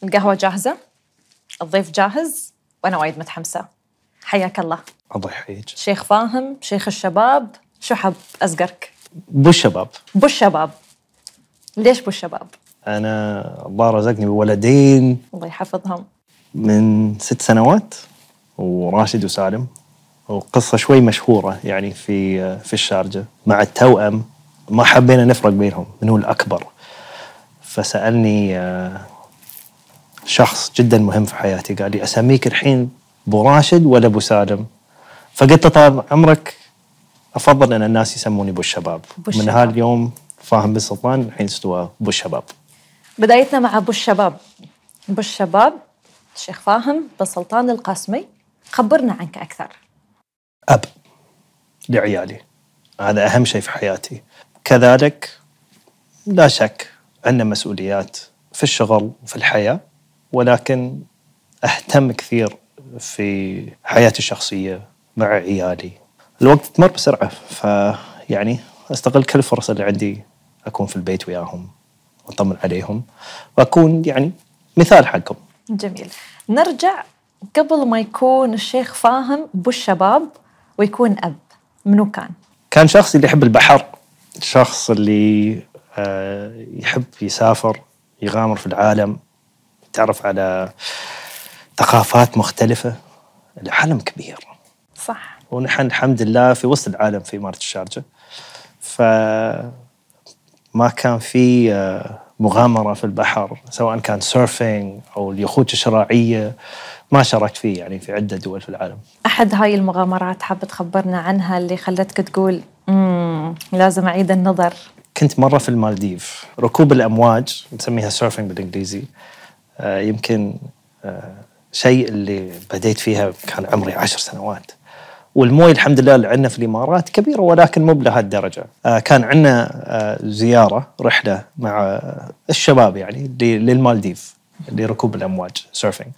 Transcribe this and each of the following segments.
القهوة جاهزة، الضيف جاهز، وأنا وايد متحمسة. حياك الله. الله يحييك. شيخ فاهم، شيخ الشباب، شو حب أزقرك؟ بو الشباب. بو الشباب. ليش بو الشباب؟ أنا الله رزقني بولدين الله يحفظهم من 6 سنوات، وراشد وسالم، وقصة شوي مشهورة يعني في الشارجة مع التوأم. ما حبينا نفرق بينهم من هو الأكبر، فسألني شخص جدا مهم في حياتي، قال لي أسميك الحين بو راشد ولا بو سالم؟ فقلت له طال عمرك أفضل أن الناس يسموني بو الشباب. من هاليوم فاهم بالسلطان الحين استوى بو الشباب. بدايتنا مع بو الشباب. بو الشباب الشيخ فاهم بن سلطان القاسمي، خبرنا عنك أكثر. أب لعيالي، هذا أهم شيء في حياتي. كذلك لا شك عندنا مسؤوليات في الشغل وفي الحياة، ولكن أهتم كثير في حياتي الشخصية مع عيالي. الوقت تمر بسرعة، فيعني أستغل كل الفرص اللي عندي أكون في البيت وياهم وأطمن عليهم وأكون يعني مثال حقهم. جميل. نرجع قبل ما يكون الشيخ فاهم بو الشباب ويكون أب، منو كان؟ كان شخص اللي يحب البحر، شخص اللي يحب يسافر، يغامر في العالم، يتعرف على ثقافات مختلفة. العالم كبير صح، ونحن الحمد لله في وسط العالم في إمارة الشارجة، فما كان في مغامرة في البحر، سواء كان سيرفينج أو اليخوت الشراعية، ما شاركت فيه يعني في عدة دول في العالم. أحد هاي المغامرات حاب تخبرنا عنها اللي خلتك تقول لازم أعيد النظر؟ كنت مرة في المالديف، ركوب الأمواج، نسميها سيرفينج بالإنجليزي. يمكن شيء اللي بديت فيها كان عمري 10 سنوات، والمويه الحمد لله اللي عندنا في الإمارات كبيرة، ولكن مو بلهالدرجة. كان عندنا زيارة رحلة مع الشباب يعني للمالديف لركوب الأمواج سيرفينج.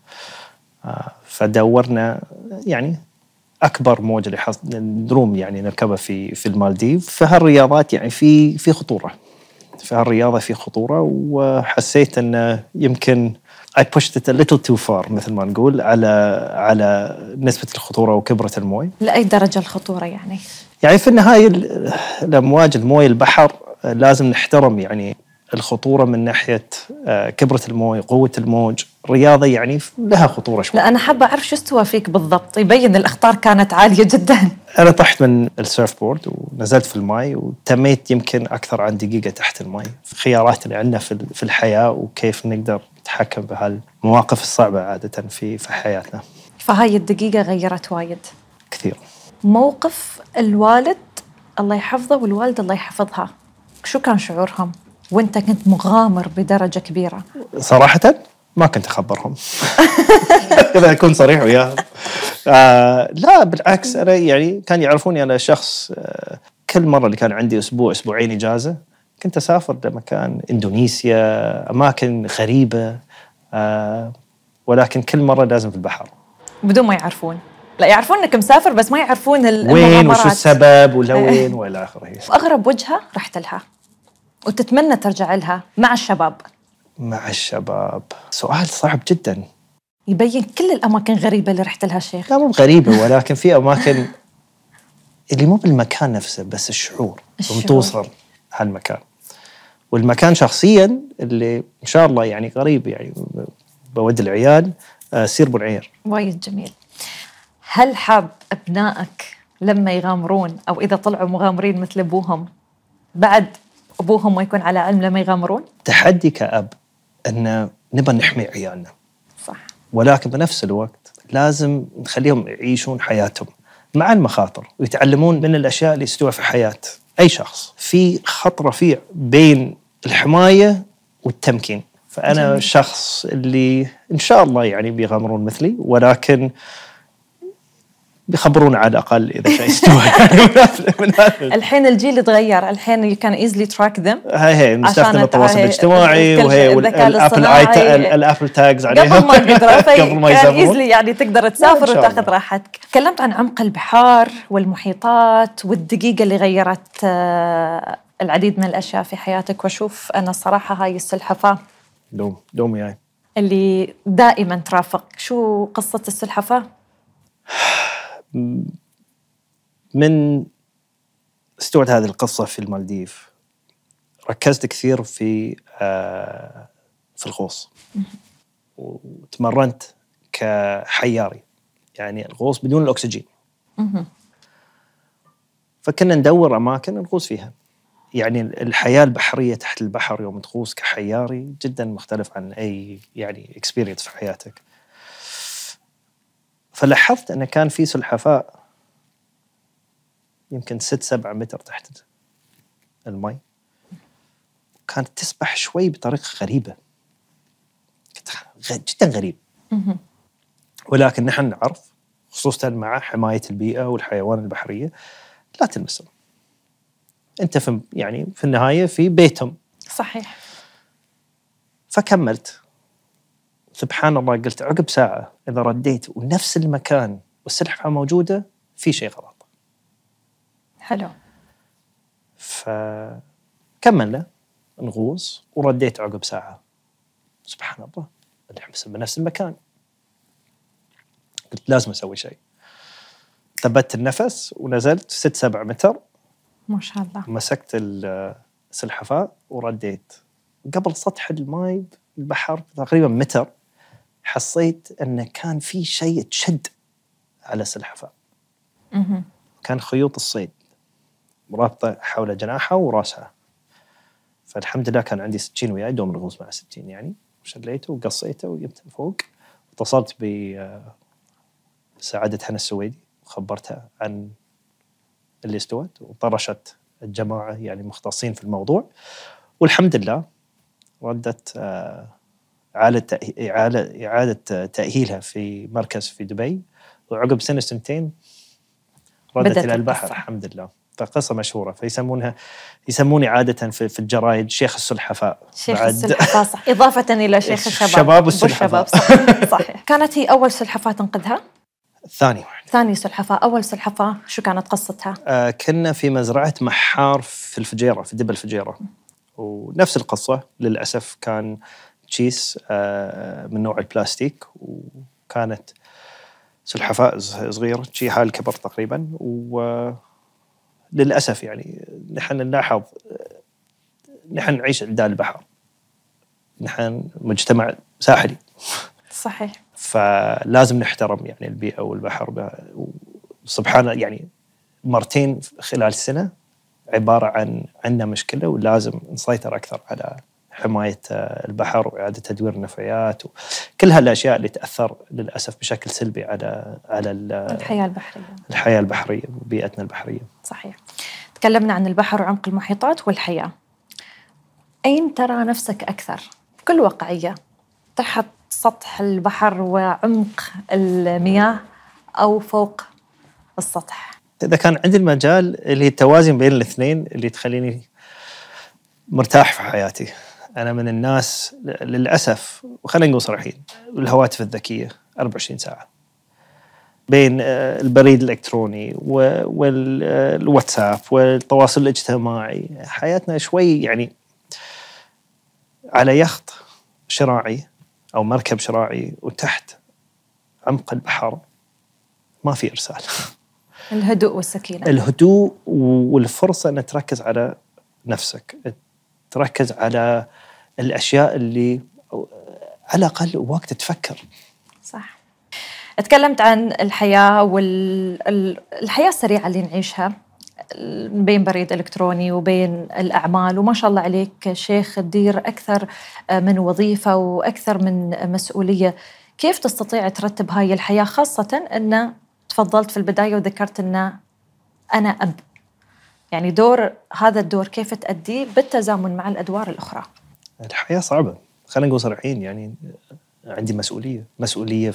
فدورنا يعني أكبر موجة نروم يعني نركبها في المالديف. فهالرياضات يعني في خطورة، في هالرياضة في خطورة، وحسيت أن يمكن I pushed it a little too far مثل ما نقول على نسبة الخطورة وكبرة الموي. لأي درجة الخطورة يعني؟ يعني في النهاية الأمواج، الموي، البحر، لازم نحترم يعني الخطورة من ناحية كبرة الموي، قوة الموج. رياضة يعني لها خطورة شوي. لا أنا حابة أعرف شو استوى فيك بالضبط، يبين الأخطار كانت عالية جدا. أنا طحت من السيرف بورد ونزلت في الماء، وتميت يمكن أكثر عن دقيقة تحت الماء. خيارات اللي عندنا في الحياة وكيف نقدر نتحكم بهالمواقف الصعبة عادة في حياتنا. فهاي الدقيقة غيرت وايد كثير. موقف الوالد الله يحفظه والوالدة الله يحفظها، شو كان شعورهم وانت كنت مغامر بدرجة كبيرة؟ صراحة ما كنت أخبرهم إذا أكون صريح وياهم. لا بالعكس، أنا يعني كان يعرفوني أنا شخص كل مرة اللي كان عندي أسبوع أسبوعين إجازة كنت أسافر لمكان إندونيسيا، أماكن غريبة، ولكن كل مرة لازم في البحر بدون ما يعرفون. لا يعرفون انك مسافر بس ما يعرفون وين وشو السبب ولا وين والى اخره. اغرب وجهة رحت لها وتتمنى ترجع لها مع الشباب؟ مع الشباب سؤال صعب جدا. يبين كل الاماكن غريبة اللي رحت لها شيخ. لا مو غريبة، ولكن في اماكن اللي مو بالمكان نفسه، بس الشعور توصل هالمكان. والمكان شخصيا اللي ان شاء الله يعني قريب يعني بود العيال سير بنعير. وايد جميل. هل حاب أبنائك لما يغامرون أو إذا طلعوا مغامرين مثل أبوهم بعد أبوهم ما يكون على علم لما يغامرون؟ تحدي كأب أن نبغى نحمي عيالنا، صح، ولكن بنفس الوقت لازم نخليهم يعيشون حياتهم مع المخاطر ويتعلمون من الأشياء اللي تستوى في حياة أي شخص. في خط رفيع بين الحماية والتمكين. فأنا جميل. شخص اللي إن شاء الله يعني بيغامرون مثلي، ولكن بيخبرون على الأقل إذا شيء استوى. الحين الجيل يتغير، الحين you can easily track them. هي مستخدم التواصل الاجتماعي وهي الأبل تاجز عليها قبل ما قدروا easily يعني تقدر تسافر وتاخذ راحتك. تكلمت عن عمق البحار والمحيطات والدقيقة اللي غيرت العديد من الأشياء في حياتك، وأشوف أنا الصراحة هاي السلحفاة دوم يعني اللي دائما ترافق، شو قصة السلحفاة؟ من استوت هذه القصة في المالديف ركزت كثير في الغوص، وتمرنت كحياري، يعني الغوص بدون الأكسجين. فكنا ندور أماكن نغوص فيها. يعني الحياة البحرية تحت البحر يوم تغوص كحياري جدا مختلف عن أي يعني experience في حياتك. فلاحظت أن كان في سلحفاء يمكن 6-7 متر تحت الماء، كانت تسبح شوي بطريقة غريبة جدا غريب. ولكن نحن نعرف خصوصا مع حماية البيئة والحيوان البحرية لا تلمسهم، أنت في النهاية في بيتهم. صحيح. فكملت، سبحان الله قلت عقب ساعة إذا رديت ونفس المكان والسلحفاة موجودة في شيء غلط. حلو. فكملنا نغوص ورديت عقب ساعة، سبحان الله نحبس بنفس المكان. قلت لازم أسوي شيء، ثبت النفس ونزلت 6-7 متر ما شاء الله، مسكت السلحفاة ورديت قبل سطح الماء البحر تقريبا متر. حسيت أن كان في شيء تشد على السلحفاة، كان خيوط الصيد مرابطة حول جناحها وراسها. فالحمد لله كان عندي سكين وياي، دوم نغوص مع سكين يعني، وشليته وقصيته وجبته فوق. واتصلت بسعادة هنا السويدي وخبرتها عن اللي استوت، وطرشت الجماعة يعني مختصين في الموضوع. والحمد لله ردت إعادة تأهيلها في مركز في دبي، وعقب 1-2 ردت إلى البحر الحمد لله. فقصة مشهورة، يسموني عادة في الجرايد شيخ السلحفاة. شيخ السلحفاة صح، إضافة إلى شيخ الشباب والسلحفاة. صحيح. كانت هي أول سلحفاة تنقذها؟ ثاني سلحفاة. أول سلحفاة شو كانت قصتها؟ كنا في مزرعة محار في الفجيرة، في دبل الفجيرة، ونفس القصة للأسف. كان تشيس من نوع البلاستيك، وكانت سلحفاة صغيرة شي حال الكبر تقريبا. وللأسف يعني نحن نلاحظ، نحن نعيش عند البحر، نحن مجتمع ساحلي صحيح، فلازم نحترم يعني البيئة والبحر. سبحان يعني مرتين خلال السنة عبارة عن عندنا مشكلة، ولازم نسيطر أكثر على حماية البحر وإعادة تدوير النفايات وكل هالأشياء اللي تأثر للأسف بشكل سلبي على الحياة البحرية وبيئتنا البحرية. صحيح. تكلمنا عن البحر وعمق المحيطات والحياة. أين ترى نفسك أكثر بكل واقعية؟ تحت سطح البحر وعمق المياه أو فوق السطح؟ إذا كان عندي المجال اللي التوازن بين الاثنين اللي تخليني مرتاح في حياتي. أنا من الناس للأسف، وخلينا نقول صراحين، الهواتف الذكية 24 ساعة بين البريد الإلكتروني والواتساب والتواصل الاجتماعي. حياتنا شوي يعني على يخت شراعي أو مركب شراعي وتحت عمق البحر ما في إرسال. الهدوء والسكينة، الهدوء والفرصة أن تركز على نفسك، تركز على الأشياء اللي على الأقل وقت تفكر. صح. تكلمت عن الحياة والحياة السريعة اللي نعيشها بين بريد إلكتروني وبين الأعمال، وما شاء الله عليك شيخ تدير أكثر من وظيفة وأكثر من مسؤولية. كيف تستطيع ترتب هاي الحياة، خاصة أن تفضلت في البداية وذكرت أن أنا أب، يعني هذا الدور كيف تأديه بالتزامن مع الأدوار الأخرى؟ الحياة صعبة، خلينا نقول صريحين. يعني عندي مسؤولية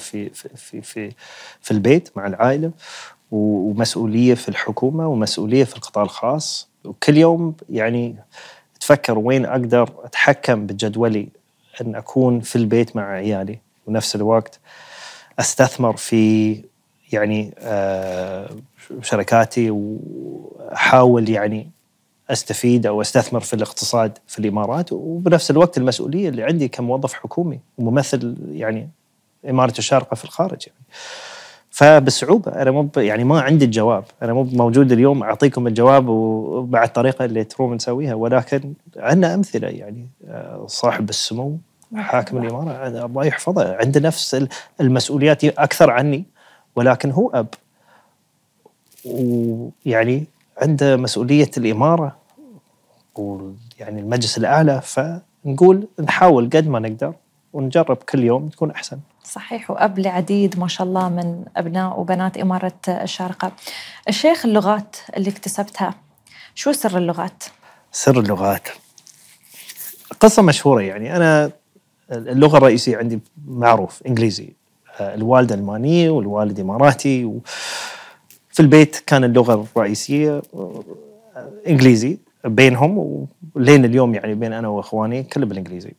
في البيت مع العائلة، ومسؤولية في الحكومة، ومسؤولية في القطاع الخاص. وكل يوم يعني أتفكر وين أقدر أتحكم بجدولي أن أكون في البيت مع عيالي، ونفس الوقت أستثمر في يعني شركاتي، وأحاول يعني أستفيد أو أستثمر في الاقتصاد في الإمارات، وبنفس الوقت المسؤولية اللي عندي كموظف حكومي وممثل يعني إمارة الشارقة في الخارج يعني. فبالصعوبة أنا يعني ما عندي الجواب، أنا مو موجود اليوم أعطيكم الجواب ومع الطريقة اللي تروم نسويها، ولكن عندنا أمثلة يعني صاحب السمو حاكم الإمارة الله يحفظه عنده نفس المسؤوليات أكثر عني، ولكن هو أب ويعني عنده مسؤولية الإمارة ويعني المجلس الأعلى. فنقول نحاول قد ما نقدر ونجرب كل يوم تكون أحسن. صحيح، وأب لعديد ما شاء الله من أبناء وبنات إمارة الشارقة. الشيخ، اللغات اللي اكتسبتها، شو سر اللغات؟ سر اللغات قصة مشهورة يعني. أنا اللغة الرئيسية عندي معروف إنجليزي، الوالدة ألمانية والوالد إماراتي، وفي البيت كان اللغة الرئيسية إنجليزي بينهم، ولين اليوم يعني بين أنا وإخواني كله بالإنجليزي.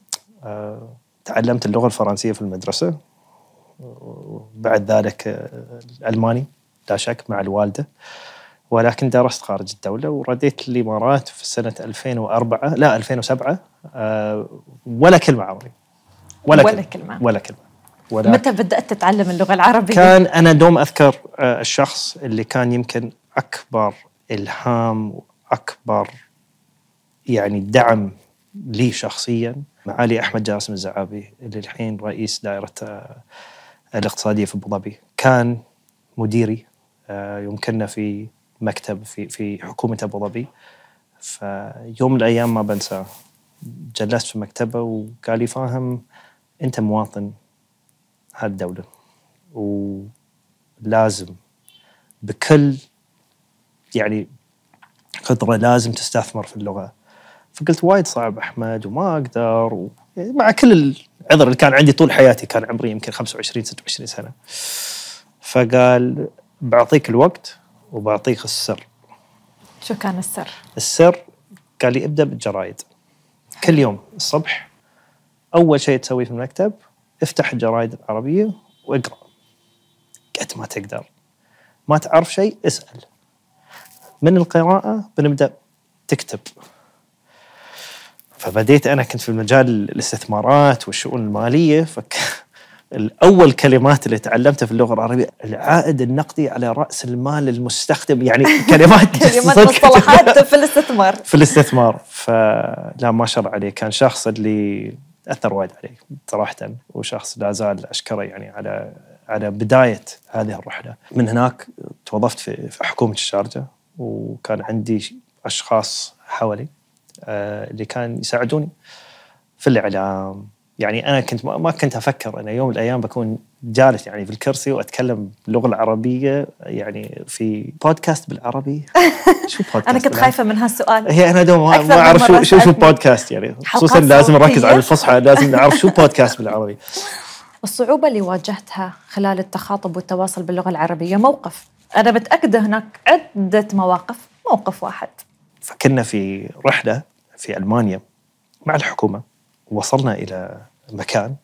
تعلمت اللغة الفرنسية في المدرسة، وبعد ذلك الألماني لا شك مع الوالدة، ولكن درست خارج الدولة ورديت الإمارات في سنة 2007 ولا كلمة عربي ولا كلمة. متى بدأت تتعلم اللغة العربية؟ كان أنا دوم أذكر الشخص اللي كان يمكن أكبر إلهام وأكبر يعني دعم لي شخصياً معالي أحمد جاسم الزعابي، اللي الحين رئيس دائرة الاقتصادية في أبو ظبي. كان مديري يمكننا في مكتب في حكومة أبو ظبي. فيوم من الأيام ما بنسى جلست في مكتبه وقال لي فاهم أنت مواطن هالدولة ولازم بكل يعني قدرة لازم تستثمر في اللغة. فقلت وايد صعب أحمد وما أقدر مع كل العذر اللي كان عندي طول حياتي، كان عمري يمكن 25-26 سنة. فقال بعطيك الوقت وبعطيك السر. شو كان السر؟ السر قال لي ابدأ بالجرايد. كل يوم الصبح أول شيء تسويه في المكتب افتح الجرايد العربية واقرأ قد ما تقدر. ما تعرف شيء اسأل، من القراءة بنبدأ تكتب. فبديت أنا كنت في مجال الاستثمارات والشؤون المالية. الأول كلمات اللي تعلمتها في اللغة العربية العائد النقدي على رأس المال المستخدم، يعني كلمات مصطلحات في الاستثمار. فلا ما شاء الله عليه، كان شخص اللي أثر وايد عليه صراحة، وشخص لا زال أشكره يعني على بداية هذه الرحلة. من هناك توظفت في حكومة الشارقة، وكان عندي أشخاص حولي اللي كان يساعدوني في الإعلام. يعني أنا كنت ما كنت أفكر أن يوم من الأيام بكون جالس يعني في الكرسي وأتكلم باللغة العربية يعني في بودكاست بالعربي. شو بودكاست؟ أنا كنت خايفة من هالسؤال. هي أنا دوم ما أعرف شو بودكاست يعني، خصوصا لازم نركز على الفصحى، لازم نعرف شو بودكاست بالعربي. الصعوبة اللي واجهتها خلال التخاطب والتواصل باللغة العربية، موقف أنا متأكدة هناك عدة مواقف، موقف واحد. فكنا في رحلة في ألمانيا مع الحكومة، وصلنا إلى مكان،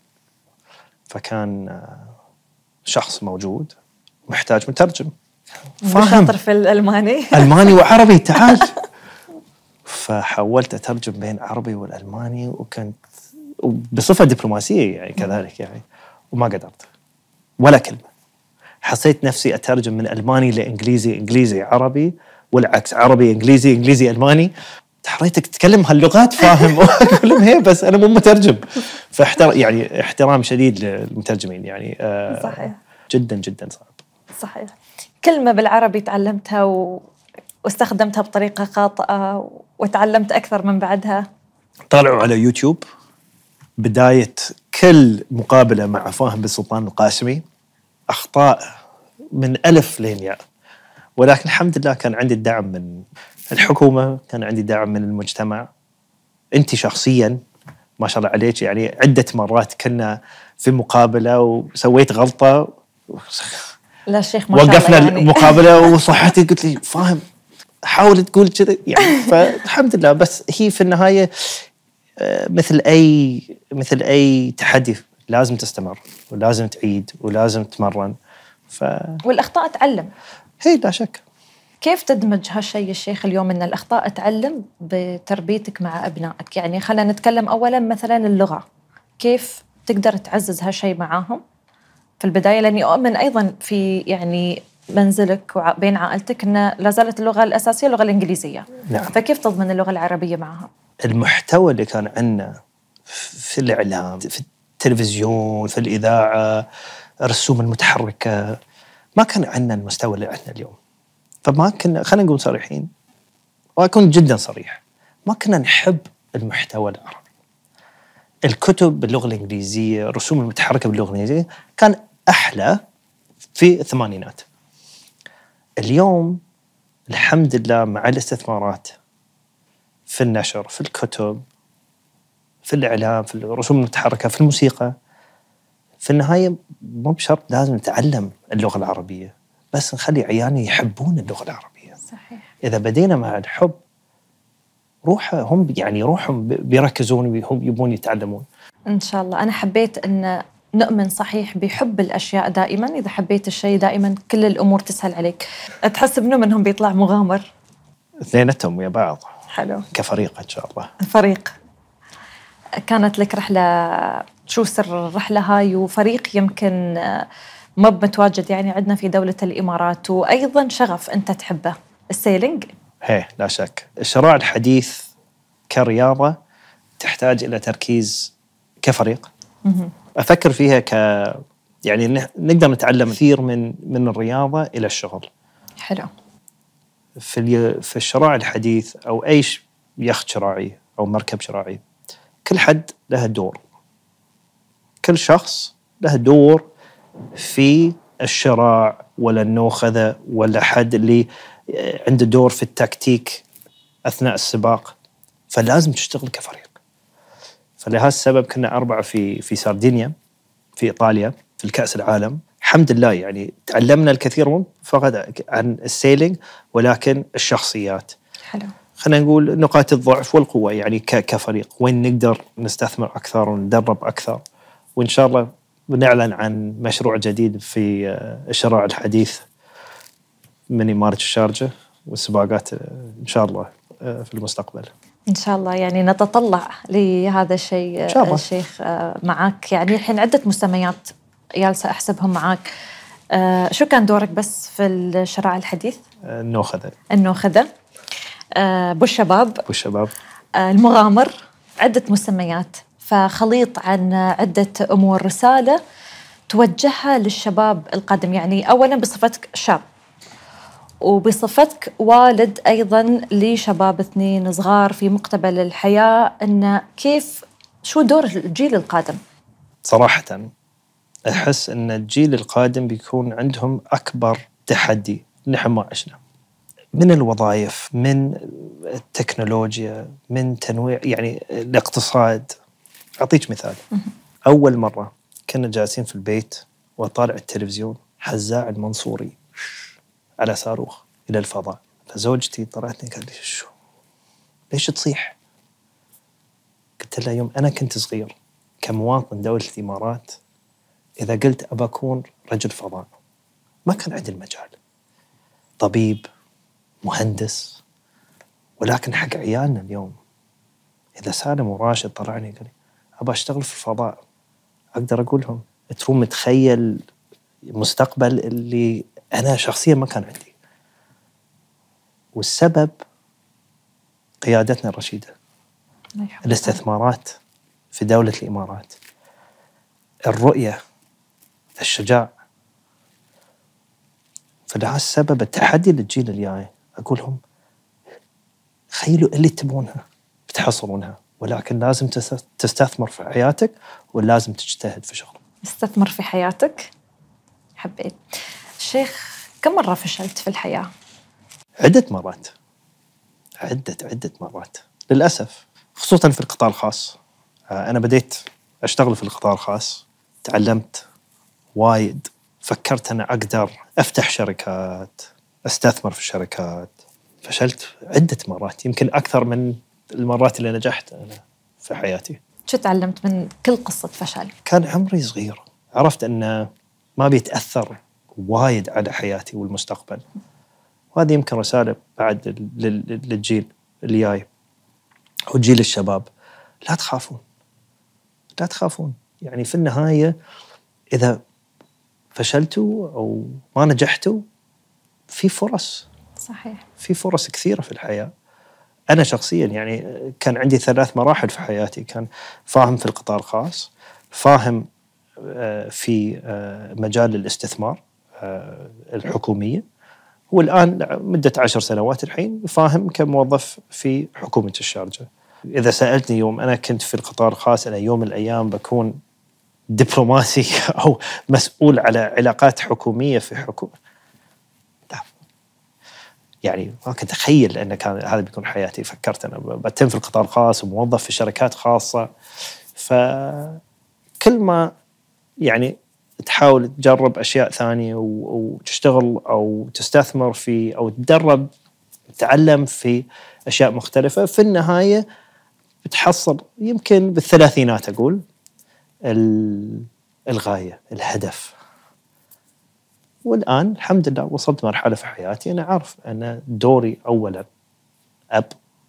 فكان شخص موجود محتاج مترجم. شاطر في الألماني ألماني وعربي تعال. فحاولت أترجم بين عربي والألماني، وكنت بصفة دبلوماسية يعني كذلك يعني، وما قدرت ولا كلمة. حسيت نفسي أترجم من ألماني لإنجليزي، إنجليزي عربي، والعكس عربي إنجليزي، إنجليزي ألماني. تحريتك تتكلم هاللغات فاهم. أقول لهم هي بس أنا مو مترجم. يعني احترام شديد للمترجمين يعني. صحيح. جدا جدا صعب. صحيح. كلمة بالعربي تعلمتها واستخدمتها بطريقة خاطئة وتعلمت أكثر من بعدها؟ طالعوا على يوتيوب بداية كل مقابلة مع فاهم بن سلطان القاسمي، أخطاء من ألف لين ياء، ولكن الحمد لله كان عندي الدعم من الحكومة، كان عندي دعم من المجتمع. أنت شخصياً ما شاء الله عليك يعني عدة مرات كنا في مقابلة وسويت غلطة لا شيخ ما شاء الله وقفنا يعني. المقابلة وصحتي قلت لي فاهم حاول تقول كذا يعني. فالحمد لله، بس هي في النهاية مثل أي تحدي لازم تستمر ولازم تعيد ولازم تمرن. والأخطاء تعلم. هي لا شك. كيف تدمج هالشيء يا شيخ اليوم أن الأخطاء تعلم بتربيتك مع أبنائك؟ يعني خلينا نتكلم أولا مثلا اللغة، كيف تقدر تعزز هالشيء معاهم في البداية؟ لأني أؤمن أيضا في يعني منزلك وبين عائلتك أن لا زالت اللغة الأساسية اللغة الإنجليزية. نعم. فكيف تضمن اللغة العربية معها؟ المحتوى اللي كان عندنا في الإعلام، في التلفزيون، في الإذاعة، الرسوم المتحركة، ما كان عندنا المستوى اللي عندنا اليوم. فما كنا، خلينا نقول صريحين وأكون جدا صريح، ما كنا نحب المحتوى العربي. الكتب باللغة الإنجليزية، الرسوم المتحركة باللغة الإنجليزية كان أحلى في الثمانينات. اليوم الحمد لله مع الاستثمارات في النشر، في الكتب، في الإعلام، في الرسوم المتحركة، في الموسيقى، في النهاية مو بشرط لازم نتعلم اللغة العربية، بس نخلي عيالنا يحبون اللغة العربية. صحيح. إذا بدينا مع الحب روحهم بيركزون وهم يبون يتعلمون. إن شاء الله. أنا حبيت أن نؤمن صحيح بحب الأشياء دائما. إذا حبيت الشيء دائما كل الأمور تسهل عليك. تحس منه منهم بيطلع مغامر. اثنيناتهم ويا بعض. حلو. كفريق إن شاء الله. فريق. كانت لك رحلة، شو سر الرحلة هاي؟ وفريق يمكن ما متواجد يعني عندنا في دولة الإمارات، وأيضا شغف أنت تحبه، السيلينج. لا شك الشراع الحديث كرياضة تحتاج إلى تركيز كفريق. أفكر فيها يعني نقدر نتعلم كثير من الرياضة إلى الشغل. حلو. في الشراع الحديث أو أي يخت شراعي أو مركب شراعي، كل حد له دور، كل شخص له دور في الشراع ولا النوخذة، ولا حد اللي عنده دور في التكتيك أثناء السباق. فلازم تشتغل كفريق. فلهذا السبب كنا 4 في ساردينيا في إيطاليا في الكأس العالم. الحمد لله يعني تعلمنا الكثير فقط عن السيلينج، ولكن الشخصيات. حلو. خلينا نقول نقاط الضعف والقوة يعني كفريق، وين نقدر نستثمر أكثر وندرب أكثر. وإن شاء الله بنعلن عن مشروع جديد في الشراع الحديث من إمارة الشارجة والسباقات إن شاء الله في المستقبل. إن شاء الله يعني نتطلع لهذا الشيء الشيخ معك. يعني الحين عدة مسميات جالسة أحسبهم معك. شو كان دورك بس في الشراع الحديث؟ النوخذة، بالشباب، المغامر، عدة مسميات. فخليط عن عدة أمور، رسالة توجهها للشباب القادم. يعني أولاً بصفتك شاب، وبصفتك والد أيضاً لشباب 2 صغار في مقتبل الحياة، أن كيف شو دور الجيل القادم؟ صراحة أحس أن الجيل القادم بيكون عندهم أكبر تحدي نحن ما عشنا، من الوظائف، من التكنولوجيا، من تنويع يعني الاقتصاد. أعطيك مثال. أول مرة كنا جالسين في البيت وطالع التلفزيون حزاع المنصوري على صاروخ إلى الفضاء، فزوجتي طلعتني قالت لي شو ليش تصيح؟ قلت لها يوم أنا كنت صغير كمواطن دولة الإمارات، إذا قلت أبى أكون رجل فضاء ما كان عندي المجال، طبيب، مهندس. ولكن حق عيالنا اليوم إذا سالم وراشد طلعني قال لي أبى أشتغل في الفضاء، أقدر أقول لهم ترون متخيل مستقبل اللي أنا شخصيا ما كان عندي. والسبب قيادتنا الرشيدة، الاستثمارات في دولة الإمارات، الرؤية، الشجاع. فلهذا السبب التحدي للجيل الجاي أقول لهم خيلوا اللي تبونها بتحصلونها، ولكن لازم تستثمر في حياتك ولازم تجتهد في شغلك. استثمر في حياتك. حبيت. شيخ كم مرة فشلت في الحياة؟ عدة مرات، عدة مرات للأسف، خصوصا في القطاع الخاص. أنا بديت أشتغل في القطاع الخاص، تعلمت وايد، فكرت أنا أقدر أفتح شركات، أستثمر في الشركات. فشلت عدة مرات، يمكن أكثر من المرات اللي نجحت أنا في حياتي. شو تعلمت من كل قصة فشل؟ كان عمري صغير، عرفت أنه ما بيتأثر وايد على حياتي والمستقبل، وهذه يمكن رسالة بعد للجيل اللي جاي أو جيل الشباب. لا تخافون، لا تخافون. يعني في النهاية إذا فشلتوا أو ما نجحتوا في فرص. صحيح. في فرص كثيرة في الحياة. أنا شخصياً يعني كان عندي 3 مراحل في حياتي. كان فاهم في القطاع الخاص، فاهم في مجال الاستثمار الحكومية، والآن مدة 10 سنوات الحين فاهم كموظف في حكومة الشارجة. إذا سألتني يوم أنا كنت في القطاع الخاص أنا يوم من الأيام بكون دبلوماسي أو مسؤول على علاقات حكومية في حكومة، يعني ما كنت أتخيل أن كان هذا بيكون حياتي. فكرت أنا بتم في القطاع الخاص وموظف في شركات خاصة. فكل ما يعني تحاول تجرب أشياء ثانية وتشتغل أو تستثمر في أو تدرب تتعلم في أشياء مختلفة، في النهاية بتحصل يمكن بالثلاثينات أقول الغاية، الهدف. والآن الحمد لله وصلت مرحلة في حياتي أنا عارف أن دوري أولا أب،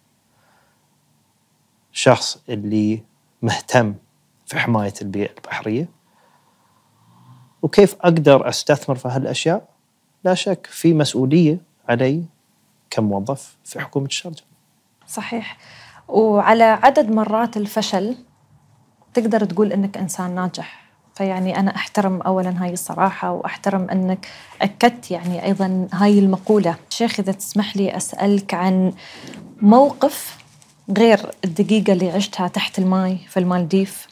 شخص اللي مهتم في حماية البيئة البحرية، وكيف أقدر أستثمر في هالأشياء. لا شك في مسؤولية علي كموظف في حكومة الشارجة. صحيح. وعلى عدد مرات الفشل تقدر تقول إنك إنسان ناجح. فيعني أنا أحترم أولاً هاي الصراحة، وأحترم أنك أكدت يعني أيضاً هاي المقولة. شيخ إذا تسمح لي أسألك عن موقف غير الدقيقة اللي عشتها تحت الماء في المالديف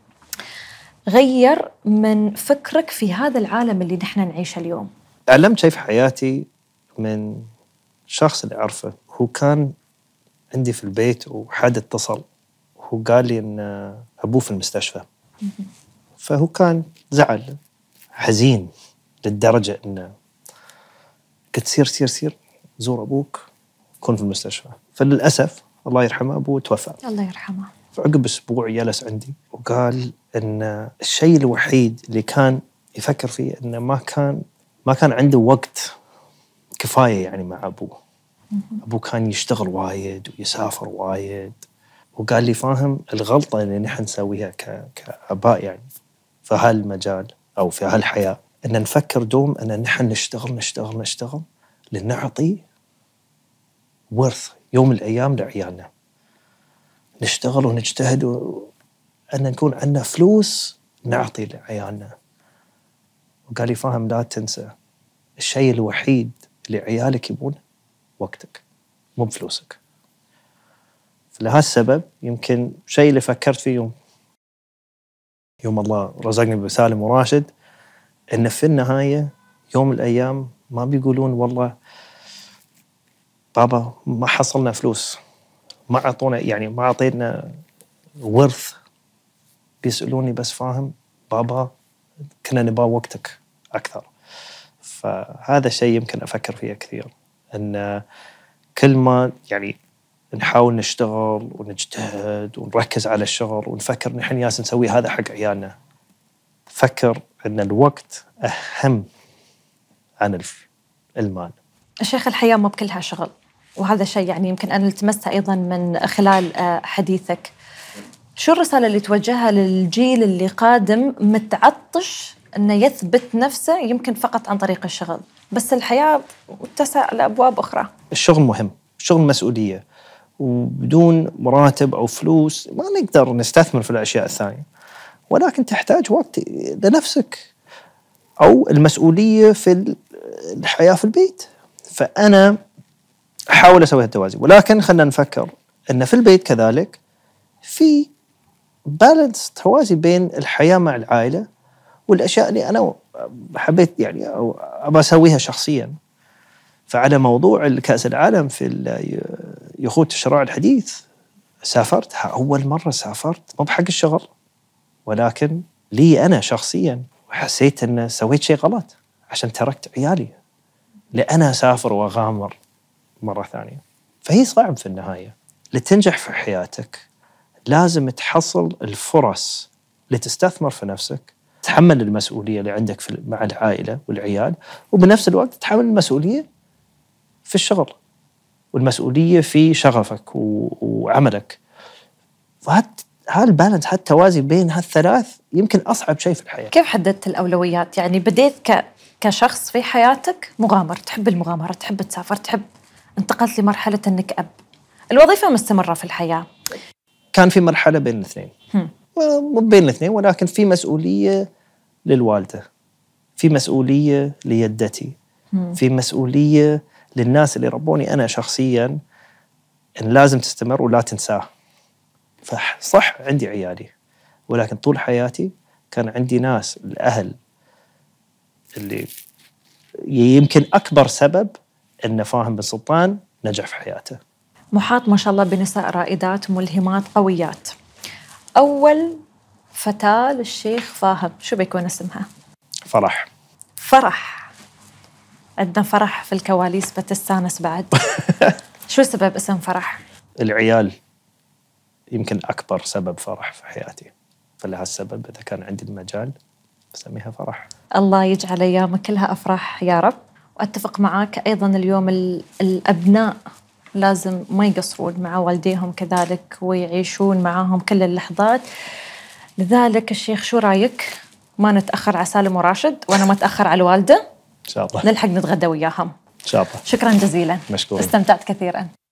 غير من فكرك في هذا العالم اللي نحن نعيشه اليوم. تعلمت شيء في حياتي من شخص اللي أعرفه. هو كان عندي في البيت وحد اتصل وهو قال لي إن أبوه في المستشفى. فهو كان زعل حزين للدرجة إنه قلت سير زور أبوك، كن في المستشفى. فللأسف الله يرحمه أبوه توفى. الله يرحمه. فعقب أسبوع جلس عندي وقال إن الشيء الوحيد اللي كان يفكر فيه إنه ما كان عنده وقت كفاية يعني مع أبوه. أبوه كان يشتغل وايد ويسافر وايد. وقال لي فاهم الغلطة اللي نحن نسويها كآباء يعني في هالمجال أو في هالحياة، إن نفكر دوم أن نحن نشتغل لنعطي ورث يوم من الأيام لعيالنا. نشتغل ونجتهد أن نكون عندنا فلوس نعطي لعيالنا. وقال لي فاهم لا تنسى الشيء الوحيد اللي عيالك يبونه وقتك مو بفلوسك. فلهالسبب يمكن شيء اللي فكرت فيه يوم الله رزقني بسالم وراشد، إن في النهاية يوم من الأيام ما بيقولون والله بابا ما حصلنا فلوس، ما عطونا يعني ما عطينا ورث. بيسألوني بس فاهم بابا كنا نبغى وقتك أكثر. فهذا الشيء يمكن أفكر فيه كثير، أن كل ما يعني نحاول نشتغل ونجتهد ونركز على الشغل ونفكر نحن ياس نسوي هذا حق عيالنا، فكر أن الوقت أهم عن المال. الشيخ الحياة ما بكلها شغل، وهذا شيء يعني يمكن أنا التمسته أيضاً من خلال حديثك. شو الرسالة اللي توجهها للجيل اللي قادم متعطش أنه يثبت نفسه يمكن فقط عن طريق الشغل، بس الحياة تسع لأبواب أخرى؟ الشغل مهم، الشغل مسؤولية، وبدون مراتب أو فلوس ما نقدر نستثمر في الأشياء الثانية، ولكن تحتاج وقت لنفسك أو المسؤولية في الحياة في البيت. فأنا أحاول أسوي التوازي، ولكن خلنا نفكر أن في البيت كذلك في بالانس، توازي بين الحياة مع العائلة والأشياء اللي أنا حبيت يعني أو أبغى أسويها شخصياً. فعلى موضوع الكأس العالم في يخوت الشراع الحديث، سافرت أول مرة، سافرت مو بحق الشغل ولكن لي أنا شخصياً، وحسيت أن سويت شيء غلط عشان تركت عيالي لأنا أسافر وأغامر مرة ثانية. فهي صعب في النهاية. لتنجح في حياتك لازم تحصل الفرص لتستثمر في نفسك، تحمل المسؤولية اللي عندك مع العائلة والعيال، وبنفس الوقت تحمل المسؤولية في الشغل، والمسؤولية في شغفك وعملك. هالبالانس، هالتوازي بين هالثلاث يمكن أصعب شيء في الحياة. كيف حددت الأولويات؟ يعني بديت كشخص في حياتك مغامر، تحب المغامرة، تحب تسافر، انتقلت لمرحلة أنك أب، الوظيفة مستمرة في الحياة. كان في مرحلة بين الاثنين، مو بين الاثنين، ولكن في مسؤولية للوالدة، في مسؤولية ليدتي، في مسؤولية للناس اللي ربوني أنا شخصياً، إن لازم تستمر ولا تنساه. فصح عندي عيالي، ولكن طول حياتي كان عندي ناس، الأهل، اللي يمكن أكبر سبب إن فاهم بن سلطان نجح في حياته. محاط ما شاء الله بنساء رائدات ملهمات قويات. أول فتاة للشيخ فاهم شو بيكون اسمها؟ فرح. فرح. عندنا فرح في الكواليس بتستانس بعد. شو سبب اسم فرح؟ العيال يمكن أكبر سبب فرح في حياتي، فلهالسبب إذا كان عندي المجال بسميها فرح. الله يجعل أيامك كلها أفراح يا رب. وأتفق معك أيضاً، اليوم الأبناء لازم ما يقصرون مع والديهم كذلك، ويعيشون معاهم كل اللحظات. لذلك الشيخ شو رأيك ما نتأخر على سالم وراشد، وأنا ما أتأخر على الوالدة، إن شاء الله نلحق نتغدى وياهم. إن شاء الله. شكراً جزيلاً، مشكورين. استمتعت كثيراً.